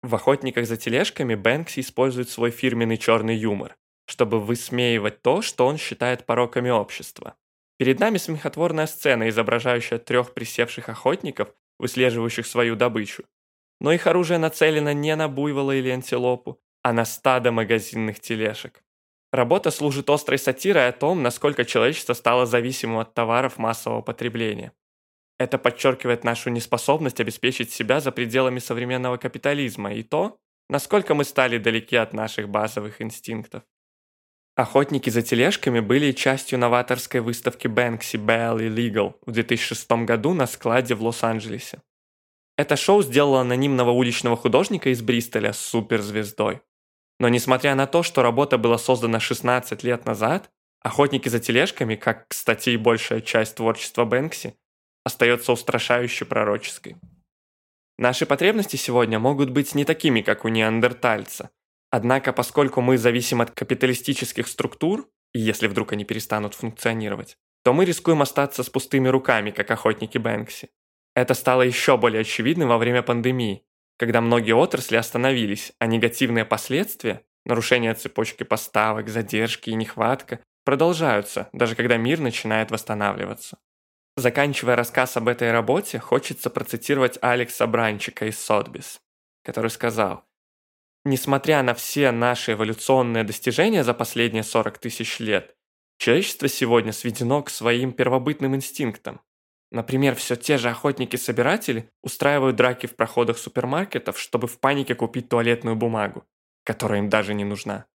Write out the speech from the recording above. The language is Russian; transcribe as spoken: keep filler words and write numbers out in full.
В «Охотниках за тележками» Бэнкси использует свой фирменный черный юмор, чтобы высмеивать то, что он считает пороками общества. Перед нами смехотворная сцена, изображающая трех присевших охотников, выслеживающих свою добычу. Но их оружие нацелено не на буйвола или антилопу, а на стадо магазинных тележек. Работа служит острой сатирой о том, насколько человечество стало зависимым от товаров массового потребления. Это подчеркивает нашу неспособность обеспечить себя за пределами современного капитализма и то, насколько мы стали далеки от наших базовых инстинктов. «Охотники за тележками» были частью новаторской выставки Бэнкси Barely Legal в две тысячи шестом году на складе в Лос-Анджелесе. Это шоу сделало анонимного уличного художника из Бристоля суперзвездой. Но несмотря на то, что работа была создана шестнадцать лет назад, «Охотники за тележками», как, кстати, и большая часть творчества Бэнкси, остается устрашающе пророческой. Наши потребности сегодня могут быть не такими, как у неандертальца. Однако, поскольку мы зависим от капиталистических структур, и если вдруг они перестанут функционировать, то мы рискуем остаться с пустыми руками, как охотники Бэнкси. Это стало еще более очевидным во время пандемии, когда многие отрасли остановились, а негативные последствия, нарушение цепочки поставок, задержки и нехватка, продолжаются, даже когда мир начинает восстанавливаться. Заканчивая рассказ об этой работе, хочется процитировать Алекса Бранчика из Sotheby's, который сказал: «Несмотря на все наши эволюционные достижения за последние сорок тысяч лет, человечество сегодня сведено к своим первобытным инстинктам. Например, все те же охотники-собиратели устраивают драки в проходах супермаркетов, чтобы в панике купить туалетную бумагу, которая им даже не нужна.